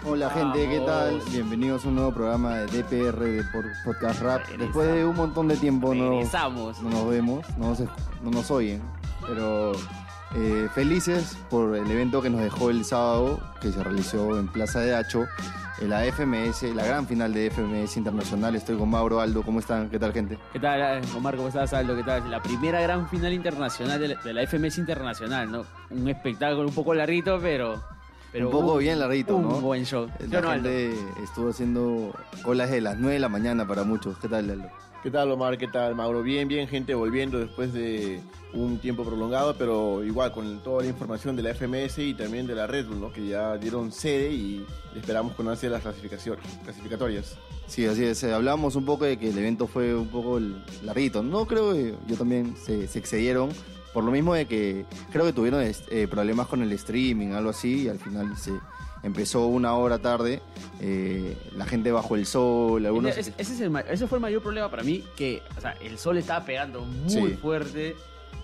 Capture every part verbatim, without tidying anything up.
Hola gente, ¿qué tal? Bienvenidos a un nuevo programa de D P R de Podcast Rap. Regresamos. Después de un montón de tiempo no, Regresamos. no nos vemos, no nos, no nos oyen, pero eh, felices por el evento que nos dejó el sábado, que se realizó en Plaza de Hacho, en la F M S, la gran final de F M S Internacional. Estoy con Mauro, Aldo, ¿cómo están? ¿Qué tal, gente? ¿Qué tal, Omar? ¿Cómo estás, Aldo? ¿Qué tal? La primera gran final internacional de la, de la F M S Internacional, ¿no? Un espectáculo un poco larguito, pero... pero un poco un, bien larguito, un ¿no? Un buen show. La no, gente Aldo? estuvo haciendo colas de las nueve de la mañana para muchos. ¿Qué tal, Aldo? ¿Qué tal, Omar? ¿Qué tal, Mauro? Bien, bien, gente, volviendo después de un tiempo prolongado, pero igual con toda la información de la F M S y también de la Red Bull, ¿no? Que ya dieron sede y esperamos conocer las clasificación, clasificatorias. Sí, así es. Hablamos un poco de que el evento fue un poco larguito. No creo que yo también se, se excedieron. Por lo mismo de que creo que tuvieron eh, problemas con el streaming, algo así, y al final se empezó una hora tarde. Eh, la gente bajo el sol, algunos... Ese, ese, es el, ese fue el mayor problema para mí, que o sea, el sol estaba pegando muy Sí. fuerte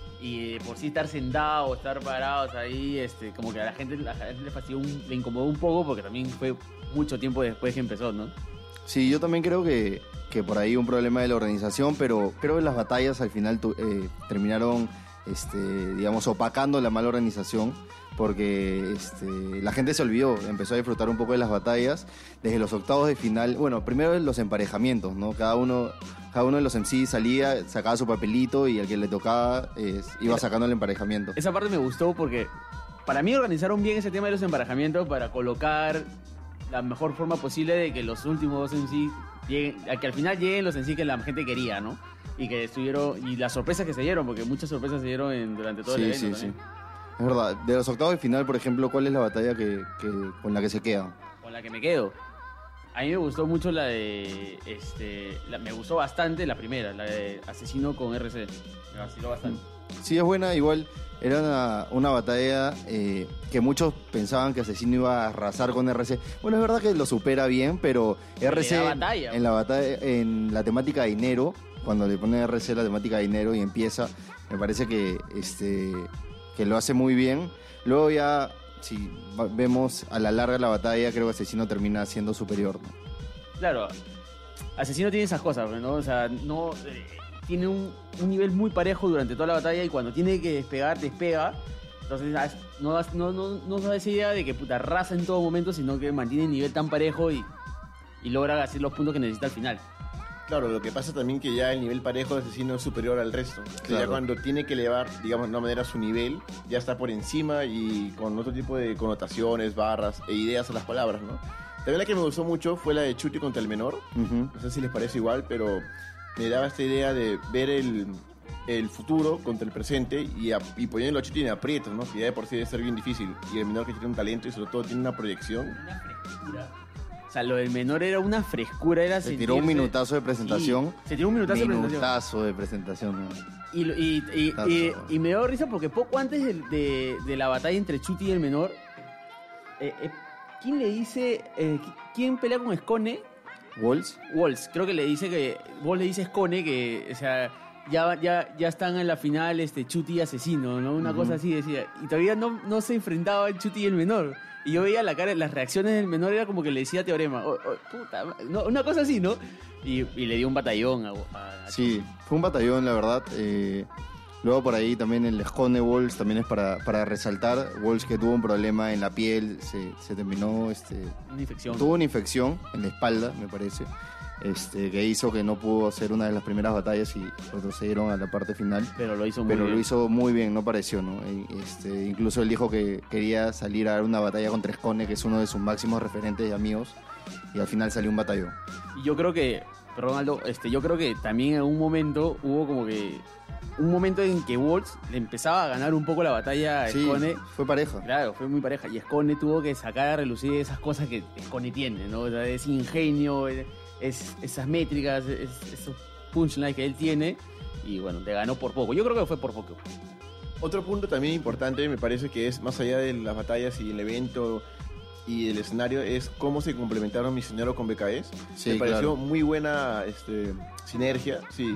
y por sí estar sentados, estar parados ahí, este, como que a la gente, la gente le fastidió, un, le incomodó un poco porque también fue mucho tiempo después que empezó, ¿no? Sí, yo también creo que, que por ahí un problema de la organización, pero creo que las batallas al final tu, eh, terminaron... Este, digamos, opacando la mala organización, porque este, la gente se olvidó, empezó a disfrutar un poco de las batallas desde los octavos de final. Bueno, primero los emparejamientos, ¿no? Cada uno, cada uno de los M C salía, sacaba su papelito y al que le tocaba eh, iba sacando el emparejamiento. Esa parte me gustó porque para mí organizaron bien ese tema de los emparejamientos para colocar la mejor forma posible de que los últimos dos M C lleguen, a que al final lleguen los M C que la gente quería, ¿no? Y que estuvieron, y las sorpresas que se dieron, porque muchas sorpresas se dieron en, durante todo Sí, el evento sí, también. sí. Es verdad. De los octavos de final, por ejemplo, ¿cuál es la batalla que, que, con la que se quedan? Con la que me quedo. A mí me gustó mucho la de, este, la- me gustó bastante la primera, la de Asesino con R C. Me vaciló bastante. Sí, es buena, igual era una, una batalla eh, que muchos pensaban que Asesino iba a arrasar con R C. Bueno, es verdad que lo supera bien, pero R C Le da batalla. en la batalla, en la temática de dinero, cuando le pone R C la temática de dinero y empieza, me parece que este que lo hace muy bien. Luego ya, si va- vemos a la larga la batalla, creo que Asesino termina siendo superior, ¿no? Claro, Asesino tiene esas cosas, ¿no? O sea, no eh, tiene un, un nivel muy parejo durante toda la batalla y cuando tiene que despegar, despega. Entonces ah, no, das- no, no, no da esa idea de que puta arrasa en todo momento, sino que mantiene el nivel tan parejo y, y logra hacer los puntos que necesita al final. Claro, lo que pasa también que ya el nivel parejo de Asesino es superior al resto. O sea, Claro. ya cuando tiene que elevar, digamos, de una manera su nivel, ya está por encima y con otro tipo de connotaciones, barras e ideas a las palabras, ¿no? También la que me gustó mucho fue la de Chuti contra el menor. Ujú. No sé si les parece igual, pero me daba esta idea de ver el, el futuro contra el presente y, a, y poniéndolo a Chuti en aprietos, ¿no? Que ya de por sí debe ser bien difícil. Y el menor que tiene un talento y sobre todo tiene una proyección. Una frescura. O sea, lo del menor era una frescura, era Se tiró un sentirse- minutazo de presentación. Sí, se tiró un minutazo de presentación. Minutazo de presentación, ¿no? Y, lo- y, y, Minutazo. y- y me dio risa porque poco antes de, de- de la batalla entre Chuti y el menor, eh, eh, ¿quién le dice, eh, qui- quién pelea con Skone? Walls. Walls, creo que le dice que, vos le dices Skone que, o sea, ya, ya, ya están en la final este Chuti y Asesino, ¿no? Una Ujú. cosa así decía. Y todavía no, no se enfrentaban Chuti y el menor. Y yo veía la cara, las reacciones del menor era como que le decía Teorema, "Oh, oh, puta, ma-", no, una cosa así, ¿no? Y, y le dio un batallón a, a- a Sí, fue un batallón, la verdad. Eh, luego por ahí también el Skone Walls también es para, para resaltar. Walls que tuvo un problema en la piel, se, se terminó, este, una infección. tuvo una infección en la espalda, me parece, este, que hizo que no pudo hacer una de las primeras batallas y retrocedieron a la parte final. Pero lo hizo muy Pero bien. lo hizo muy bien, no pareció, ¿no? Y, Este, incluso él dijo que quería salir a dar una batalla contra Skone, que es uno de sus máximos referentes y amigos, y al final salió un batallón. Y yo creo que, perdón Aldo, este, yo creo que también en un momento hubo como que un momento en que Waltz le empezaba a ganar un poco la batalla a Sí, Skone. fue pareja. Claro, fue muy pareja. Y Skone tuvo que sacar a relucir esas cosas que Skone tiene, ¿no? O sea, ese ingenio, es, es- esas métricas, es- esos punchlines que él tiene. Y bueno, te ganó por poco. Yo creo que fue por poco. Otro punto también importante, me parece que es más allá de las batallas y el evento y el escenario, es cómo se complementaron Misionero con B K S. Sí, me pareció claro. muy buena este, sinergia, sí.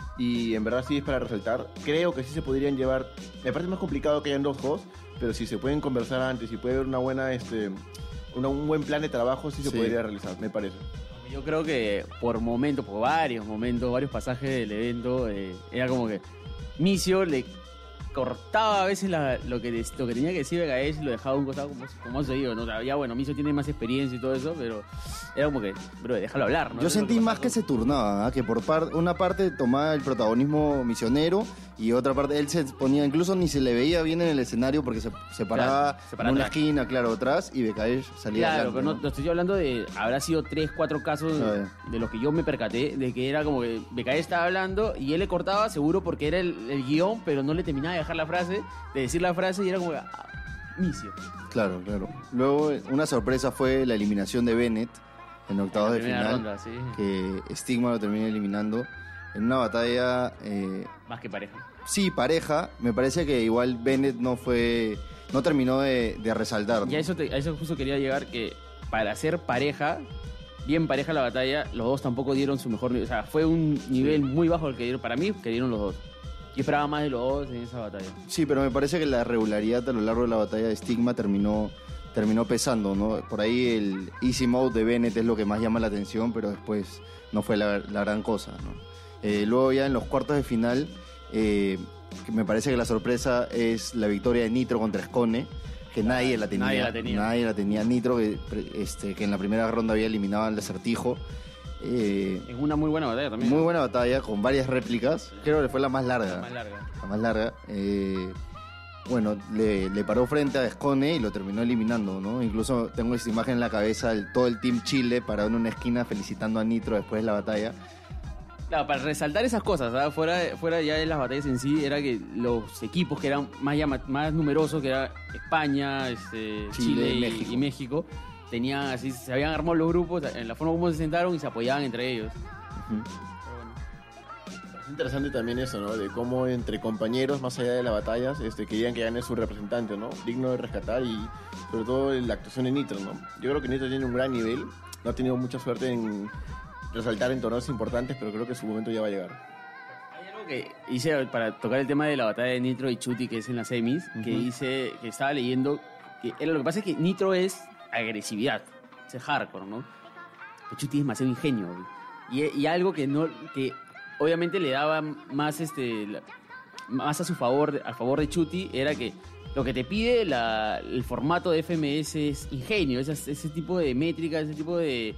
Y en verdad sí es para resaltar. Creo que sí se podrían llevar. Me parece más complicado que hayan dos hosts, pero si se pueden conversar antes y puede haber una buena este, una- un buen plan de trabajo sí se Sí. podría realizar, me parece. Yo creo que por momentos, por varios momentos, varios pasajes del evento, eh, era como que Micio le cortaba a veces la- lo, que, des- lo que tenía que decir Becaesh y lo dejaba un costado como, como se digo, ¿no? O sea, ya bueno, Micio tiene más experiencia y todo eso, pero era como que, bro, déjalo hablar, ¿no? Yo Eso es lo sentí más pasaba. que se turnaban, ¿ah? Que por par- una parte tomaba el protagonismo misionero y otra parte él se ponía, incluso ni se le veía bien en el escenario porque se, se paraba Claro, se para en una atrás. esquina, claro, atrás y Becaesh salía Claro, adelante, pero no, ¿no? no estoy hablando de. Habrá sido tres, cuatro casos Ah, de, ya. de los que yo me percaté, de que era como que Becaesh estaba hablando y él le cortaba seguro porque era el, el guión, pero no le terminaba de dejar la frase, de decir la frase y era como que. Ah, Micio. Claro, claro. Luego una sorpresa fue la eliminación de Bennett en octavos La de primera final, ronda, sí. que Stigma lo termina eliminando en una batalla, eh, Más que pareja. sí, pareja. Me parece que igual Bennett no fue, no terminó de, de resaltar, ¿no? Y a eso, te- a eso justo quería llegar, que para ser pareja, bien pareja la batalla, los dos tampoco dieron su mejor nivel. O sea, fue un nivel muy bajo el que dieron, para mí, que dieron los dos. Yo esperaba más de los dos en esa batalla. Sí, pero me parece que la regularidad a lo largo de la batalla de Stigma terminó, terminó pesando, ¿no? Por ahí el easy mode de Bennett es lo que más llama la atención, pero después no fue la, la gran cosa, ¿no? Eh, luego ya en los cuartos de final, eh, que me parece que la sorpresa es la victoria de Nitro contra Scone, que nadie la tenía. Nadie la tenía. Nadie la tenía. Nitro, que, este, que en la primera ronda había eliminado al Acertijo. Eh, Es una muy buena batalla también. muy ¿no? buena batalla, con varias réplicas. Creo que fue la más larga La más larga. la más larga, eh, bueno, le, le paró frente a Escone y lo terminó eliminando, ¿no? Incluso tengo esta imagen en la cabeza, el, todo el Team Chile parado en una esquina felicitando a Nitro después de la batalla. Claro, para resaltar esas cosas, ¿sabes? Fuera, fuera ya de las batallas en sí, era que los equipos que eran más, llama- más numerosos, que era España, este, Chile, Chile, y, México. y México, tenían así, se habían armado los grupos en la forma como se sentaron y se apoyaban entre ellos. Ujú. Pero bueno. Es interesante también eso, ¿no? De cómo entre compañeros, más allá de las batallas, este, querían que gane su representante, ¿no? Digno de rescatar y sobre todo la actuación de Nitro, ¿no? Yo creo que Nitro tiene un gran nivel, no ha tenido mucha suerte en resaltar en torneos importantes, pero creo que su momento ya va a llegar. Hay algo que hice para tocar el tema de la batalla de Nitro y Chuti, que es en las semis, que Ujú. hice, que estaba leyendo, que era, lo que pasa es que Nitro es agresividad, es hardcore, ¿no? Pero Chuti es demasiado ingenio, güey. y, y algo que no, que obviamente le daba más este, la- más a su favor, a favor de Chuti, era que lo que te pide la- el formato de F M S es ingenio, esas- ese tipo de métricas, ese tipo de,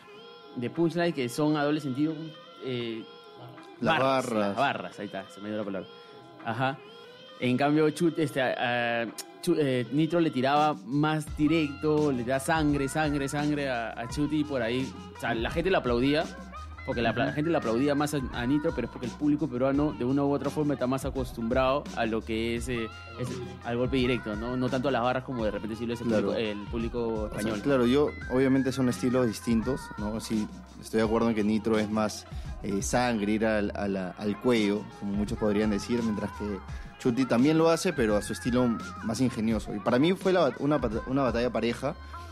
de punchline que son a doble sentido. eh, Las barras. Las barras, ahí está, se me dio la palabra. Ajá. En cambio, Chut, este, a- a- Chu- eh, Nitro le tiraba más directo, le da sangre, sangre, sangre a, a Chuti y por ahí. O sea, la gente le aplaudía, porque la, la gente le aplaudía más a, a Nitro, pero es porque el público peruano de una u otra forma está más acostumbrado a lo que es, eh, es- al golpe directo, ¿no? No tanto a las barras como de repente sí lo es el, Claro. público, el público O sea, español. claro, yo obviamente son estilos distintos, ¿no? Sí, estoy de acuerdo en que Nitro es más eh, sangre, ir al, a la- al cuello, como muchos podrían decir, mientras que Chuti también lo hace, pero a su estilo más ingenioso. Y para mí fue la bat- una, bat- una batalla pareja,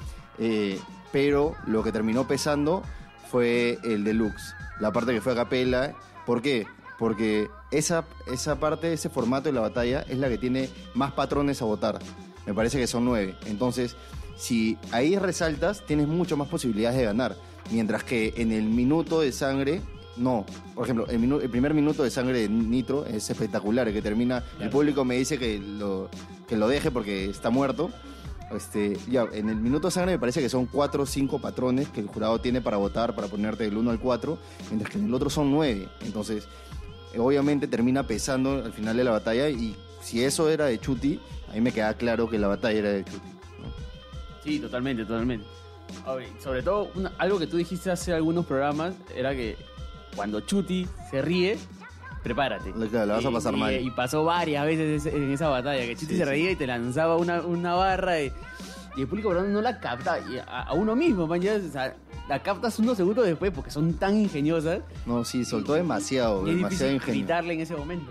eh, pero lo que terminó pesando fue el deluxe, la parte que fue a capela. ¿Por qué? Porque esa, esa parte, ese formato de la batalla es la que tiene más patrones a votar. Me parece que son nueve. Entonces, si ahí resaltas, tienes mucho más posibilidades de ganar. Mientras que en el minuto de sangre, no. Por ejemplo, el, minu- el primer minuto de sangre de Nitro es espectacular, el que termina, el público me dice que lo, que lo deje porque está muerto. Este, ya, en el minuto de sangre me parece que son cuatro o cinco patrones que el jurado tiene para votar, para ponerte del uno al cuatro, mientras que en el otro son nueve. Entonces, eh, obviamente termina pesando al final de la batalla, y si eso era de Chuti, ahí me queda claro que la batalla era de Chuti, ¿no? Sí, totalmente, totalmente. A ver, sobre todo, una- algo que tú dijiste hace algunos programas era que cuando Chuti se ríe, prepárate. Claro, la vas a Y- pasar y, mal. Y pasó varias veces ese- en esa batalla, que Chuti Sí, se sí. reía y te lanzaba una, una barra y, y el público peruano no la capta. Y a, a uno mismo, man, ya, o sea, la captas unos segundos después porque son tan ingeniosas No, sí, soltó demasiado, y es demasiado difícil ingenio. gritarle en ese momento.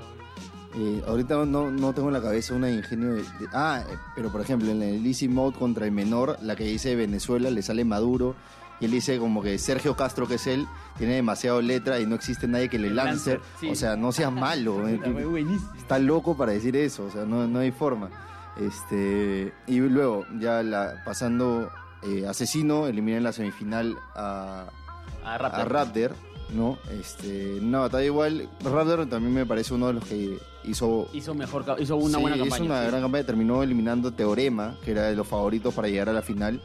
Eh, ahorita no- no, no tengo en la cabeza una de ingenio de, de- ah, eh, pero por ejemplo en el Easy Mode contra el menor, la que dice Venezuela, le sale Maduro y él dice como que Sergio Castro, que es él, tiene demasiado letra y no existe nadie que le El lance. Lancer, sí. O sea, no seas malo, eh, Puta, fue buenísimo. está loco para decir eso, o sea, no, no hay forma. Este, y luego, ya la, pasando eh, Asesino elimina en la semifinal a, A Raptor. a Raptor, ¿no? Este, una batalla igual. Raptor también me parece uno de los que hizo... Hizo mejor, ca- hizo una sí, buena campaña. hizo una sí. gran campaña, terminó eliminando Teorema, que era de los favoritos para llegar a la final.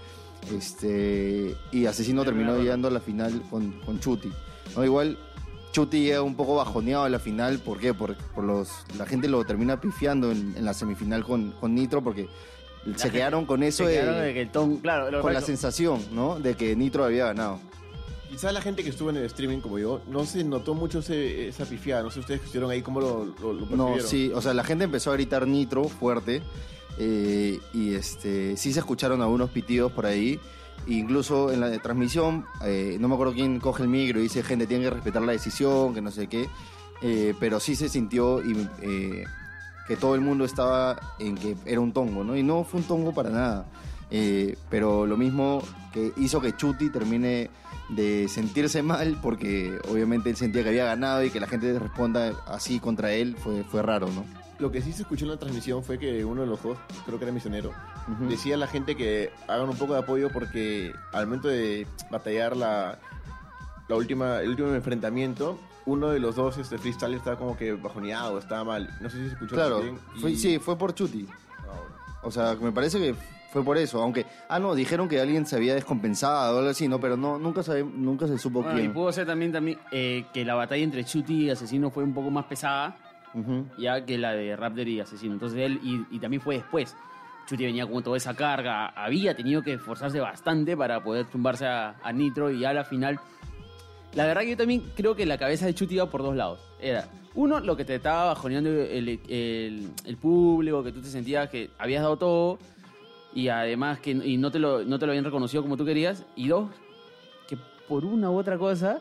Este, y Asesino Primera terminó ronda. llegando a la final con, con Chuti. ¿No? Igual Chuti llega un poco bajoneado a la final. ¿Por qué? Por, por los, la gente lo termina pifiando en, en la semifinal con, con Nitro porque La se gente- quedaron con eso Se de, quedaron de que el Tom, claro, lo con que la pasa- sensación, ¿no? De que Nitro había ganado. Quizás la gente que estuvo en el streaming como yo, no se notó mucho ese- esa pifiada. No sé ustedes que estuvieron ahí cómo lo, lo, lo No, percibieron. sí, o sea, la gente empezó a gritar Nitro fuerte eh, y este sí se escucharon algunos pitidos por ahí. Incluso en la de transmisión, eh, no me acuerdo quién coge el micro y dice, gente, tienen que respetar la decisión, que no sé qué. Eh, pero sí se sintió y, eh, que todo el mundo estaba en que era un tongo, ¿no? Y no fue un tongo para nada. Eh, pero lo mismo que hizo que Chuti termine de sentirse mal porque obviamente él sentía que había ganado y que la gente responda así contra él fue, fue raro, ¿no? Lo que sí se escuchó en la transmisión fue que uno de los dos, creo que era misionero, Ujú. decía a la gente que hagan un poco de apoyo porque al momento de batallar la, la última, el último enfrentamiento, uno de los dos este, freestyle estaba como que bajoneado, estaba mal. No sé si se escuchó Claro, bien. y- fue, sí, fue por Chuti. Ah, bueno. O sea, me parece que fue por eso. Aunque, ah, no, dijeron que alguien se había descompensado o algo así, ¿no? Pero no, nunca, sabe, nunca se supo Bueno, y quién. pudo ser también, también eh, que la batalla entre Chuti y Asesino fue un poco más pesada Ujú. ya que la de Raptor y Asesino. Entonces él, y, y también fue después. Chuti venía con toda esa carga, había tenido que esforzarse bastante para poder tumbarse a, a Nitro y ya a la final. La verdad que yo también creo que la cabeza de Chuti iba por dos lados. Era, uno, lo que te estaba bajoneando el, el, el público, que tú te sentías que habías dado todo y además que y no, te lo, no te lo habían reconocido como tú querías. Y dos, que por una u otra cosa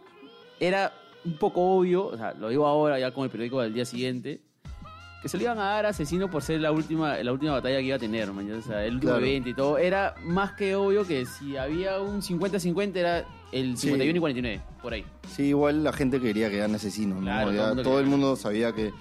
era un poco obvio, o sea, lo digo ahora ya con el periódico del día siguiente, que se le iban a dar a Asesino por ser la última, la última batalla que iba a tener, man, o sea, el último Claro. evento y todo. Era más que obvio que si había un cincuenta cincuenta era el Sí. cincuenta y uno y cuarenta y nueve, por ahí. Sí, igual la gente quería que gane Asesino, ¿no? Claro, todo Ya el mundo todo el quería. mundo sabía que,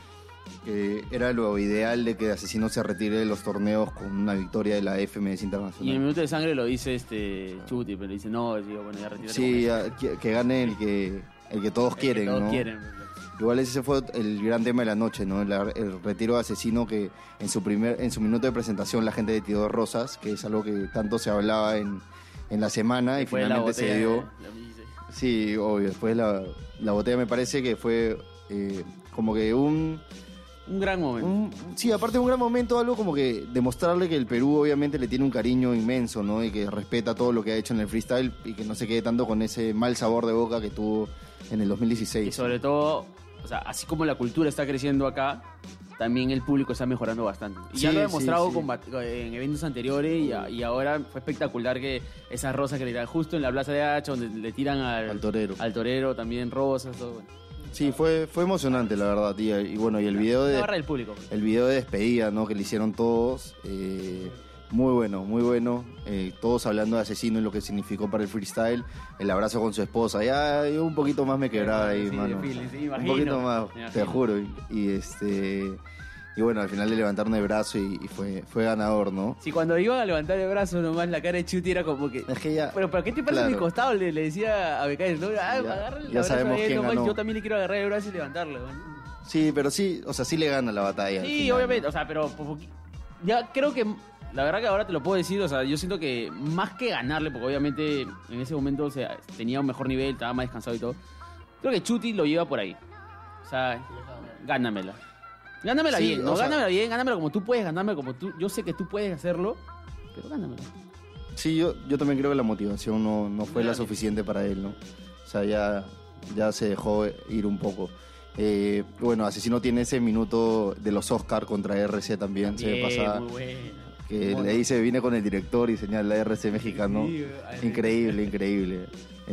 que era lo ideal de que Asesino se retire de los torneos con una victoria de la F M S Y en el Internacional. minuto de sangre lo dice este Chuti, pero dice, no, digo, bueno, ya retírate. Sí, con ya, que, que gane el que, el que todos eso. quieren, El que todos ¿no? quieren. Igual ese fue el gran tema de la noche, ¿no? El, el retiro de Asesino que en su primer, en su minuto de presentación la gente le tiró rosas, que es algo que tanto se hablaba en, en la semana y Fue la finalmente se botella dio. de- la- Sí, obvio. Después la, la botella me parece que fue eh, como que un, Un gran momento. un- Sí, aparte de un gran momento, algo como que demostrarle que el Perú obviamente le tiene un cariño inmenso, ¿no? Y que respeta todo lo que ha hecho en el freestyle y que no se quede tanto con ese mal sabor de boca que tuvo en el dos mil dieciséis. Y sobre todo, o sea, así como la cultura está creciendo acá, también el público está mejorando bastante. Y ya Sí, lo he sí, demostrado sí. con bat- en eventos anteriores y, a- y ahora fue espectacular que esas rosas que le tiran justo en la plaza de Hacha, donde le tiran al, Al torero. al torero también rosas, todo. Bueno. Sí, fue, fue emocionante, la verdad, tía. Y bueno, y el video La de barra del público. el video de despedida, ¿no? Que le hicieron todos. eh, muy bueno, muy bueno. Eh, todos hablando de Asesino y lo que significó para el freestyle. El abrazo con su esposa. Ya yo un poquito más me quebraba ahí, Sí, mano. de feeling, sí, Un imagino. poquito más, Me te imagino. juro. Y, y, este. Y bueno, al final le levantaron el brazo y, y fue, fue ganador, ¿no? Sí, cuando iban a levantar el brazo nomás, la cara de Chuti era como que... Es que ya. Pero, ¿pero qué te parece Claro. mi costado? Le, le decía a Becares, ¿no? Ah, Ya- agárrale el ya abrazo sabemos a él quién nomás, ganó. yo también le quiero agarrar el brazo y levantarlo. ¿no? Sí, pero sí, o sea, sí le gana la batalla. al Sí, final, obviamente, ¿no? o sea, pero por poqui- ya creo que la verdad que ahora te lo puedo decir, o sea, yo siento que más que ganarle, porque obviamente en ese momento o sea, tenía un mejor nivel, estaba más descansado y todo, creo que Chuti lo lleva por ahí. O sea, gánamela. Gánamela Sí, bien, no o sea- gánamela bien, gánamela como tú puedes, gánamela como tú, yo sé que tú puedes hacerlo, pero gánamela. Sí, yo, yo también creo que la motivación no, no fue la Claro. suficiente para él, ¿no? O sea, ya, ya se dejó ir un poco. Eh, bueno, Asesino tiene ese minuto de los Oscar contra R C también, se Bien, pasa muy buena. que Bueno. le dice, vine con el director y señala R C mexicano. Sí, ay, Increíble, increíble.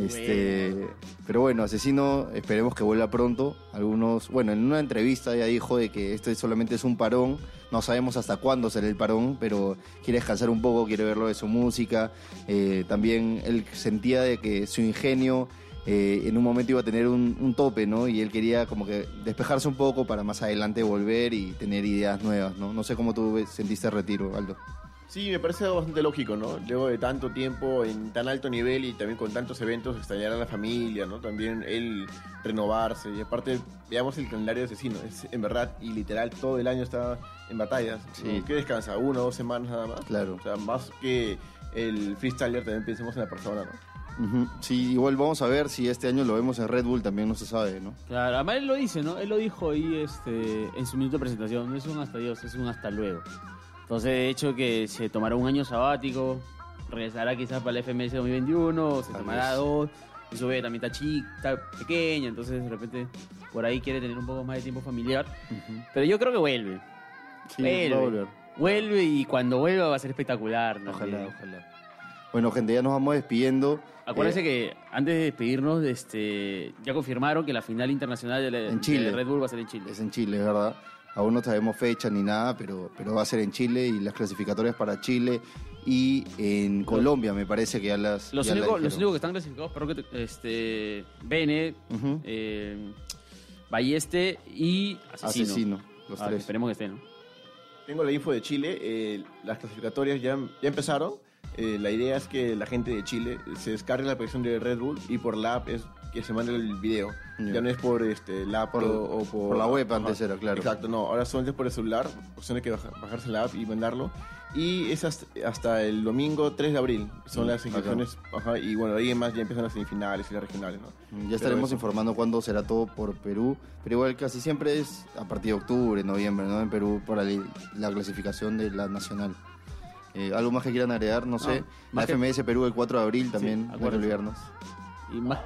Este, pero bueno, Asesino, esperemos que vuelva pronto. Algunos, bueno, en una entrevista ya dijo de que este solamente es un parón. No sabemos hasta cuándo será el parón, pero quiere descansar un poco, quiere verlo de su música. Eh, también él sentía de que su ingenio eh, en un momento iba a tener un, un tope, ¿no? Y él quería como que despejarse un poco para más adelante volver y tener ideas nuevas, ¿no? No sé cómo tú ves- sentiste el retiro, Aldo. Sí, me parece bastante lógico, ¿no? Luego de tanto tiempo en tan alto nivel y también con tantos eventos, extrañar a la familia, ¿no? También él renovarse. Y aparte, veamos el calendario de Asesino. Es en verdad y literal todo el año está en batallas. Sí. ¿No? ¿Qué descansa? ¿Una o dos semanas nada más? Claro. O sea, más que el freestyler, también pensemos en la persona, ¿no? Ujú. Sí, igual vamos a ver si este año lo vemos en Red Bull, también no se sabe, ¿no? Claro, además él lo dice, ¿no? Él lo dijo ahí este, en su minuto de presentación. No es un hasta Dios, es un hasta luego. Entonces, de hecho, que se tomará un año sabático, regresará quizás para la F M S dos mil veintiuno, o se Tal tomará vez. dos, y su bebé también está chica, está pequeña, entonces de repente por ahí quiere tener un poco más de tiempo familiar. Ujú. Pero yo creo que vuelve. Sí, vuelve. va a volver. Vuelve y cuando vuelva va a ser espectacular. ¿no? Ojalá, Eh, ojalá. Bueno, gente, ya nos vamos despidiendo. Acuérdense Eh, que antes de despedirnos, este, ya confirmaron que la final internacional de, la- En Chile. de Red Bull va a ser en Chile. Es en Chile, es verdad. Aún no sabemos fecha ni nada, pero, pero va a ser en Chile y las clasificatorias para Chile y en Colombia me parece que ya las Los, ya las únicos, los dijeron. únicos que están clasificados, perdón, que te- este, Bene, Ujú. eh, Balleste y Asesino. Asesino, los Ah, tres. Esperemos que estén, ¿no? Tengo la info de Chile, eh, las clasificatorias ya, ya empezaron. Eh, la idea es que la gente de Chile se descargue la aplicación de Red Bull y por la app es que se mande el video. Ya. Ya no es por este, la app Por- o por... por la web Ajá. antes era, claro. Exacto, no, ahora solamente por el celular, opción de que baja- bajarse la app y mandarlo. Y es hasta, hasta el domingo tres de abril, son Mm, las inscripciones, ajá, y bueno, ahí en más ya empiezan las semifinales y las regionales, ¿no? Ya Pero estaremos eso. informando cuándo será todo por Perú, pero igual casi siempre es a partir de octubre, noviembre, ¿no? En Perú para la, la clasificación de la nacional. Eh, ¿Algo más que quieran agregar? No sé. No, la más que- F M S Perú el cuatro de abril también, no hay que acuérdense. olvidarnos. Y más,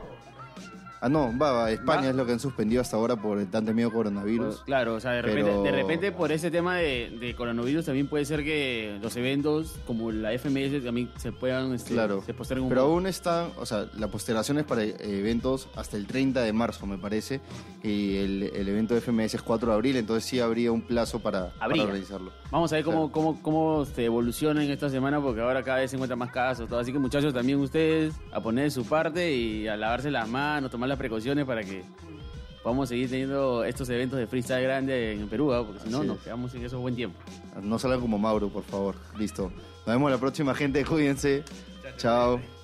Ah, no, va, va, España Va. es lo que han suspendido hasta ahora por el tan temido coronavirus. claro, o sea, de repente, Pero- de repente por ese tema de, de coronavirus también puede ser que los eventos como la F M S también se puedan, este, Claro, se posterguen un pero poco. aún están, o sea, la postergación es para eh, eventos hasta el treinta de marzo, me parece, y el, el evento de F M S es cuatro de abril, entonces sí habría un plazo para, para Habría. realizarlo. Vamos a ver cómo, Claro. cómo, cómo se evoluciona en esta semana, porque ahora cada vez se encuentran más casos. Todo. Así que muchachos, también ustedes a poner de su parte y a lavarse las manos, tomar las precauciones para que podamos seguir teniendo estos eventos de freestyle grande en Perú, ¿ah? porque si no, Así nos es. quedamos sin eso buen tiempo. No salgan como Mauro, por favor. Listo. Nos vemos la próxima, gente. Cuídense. Chao.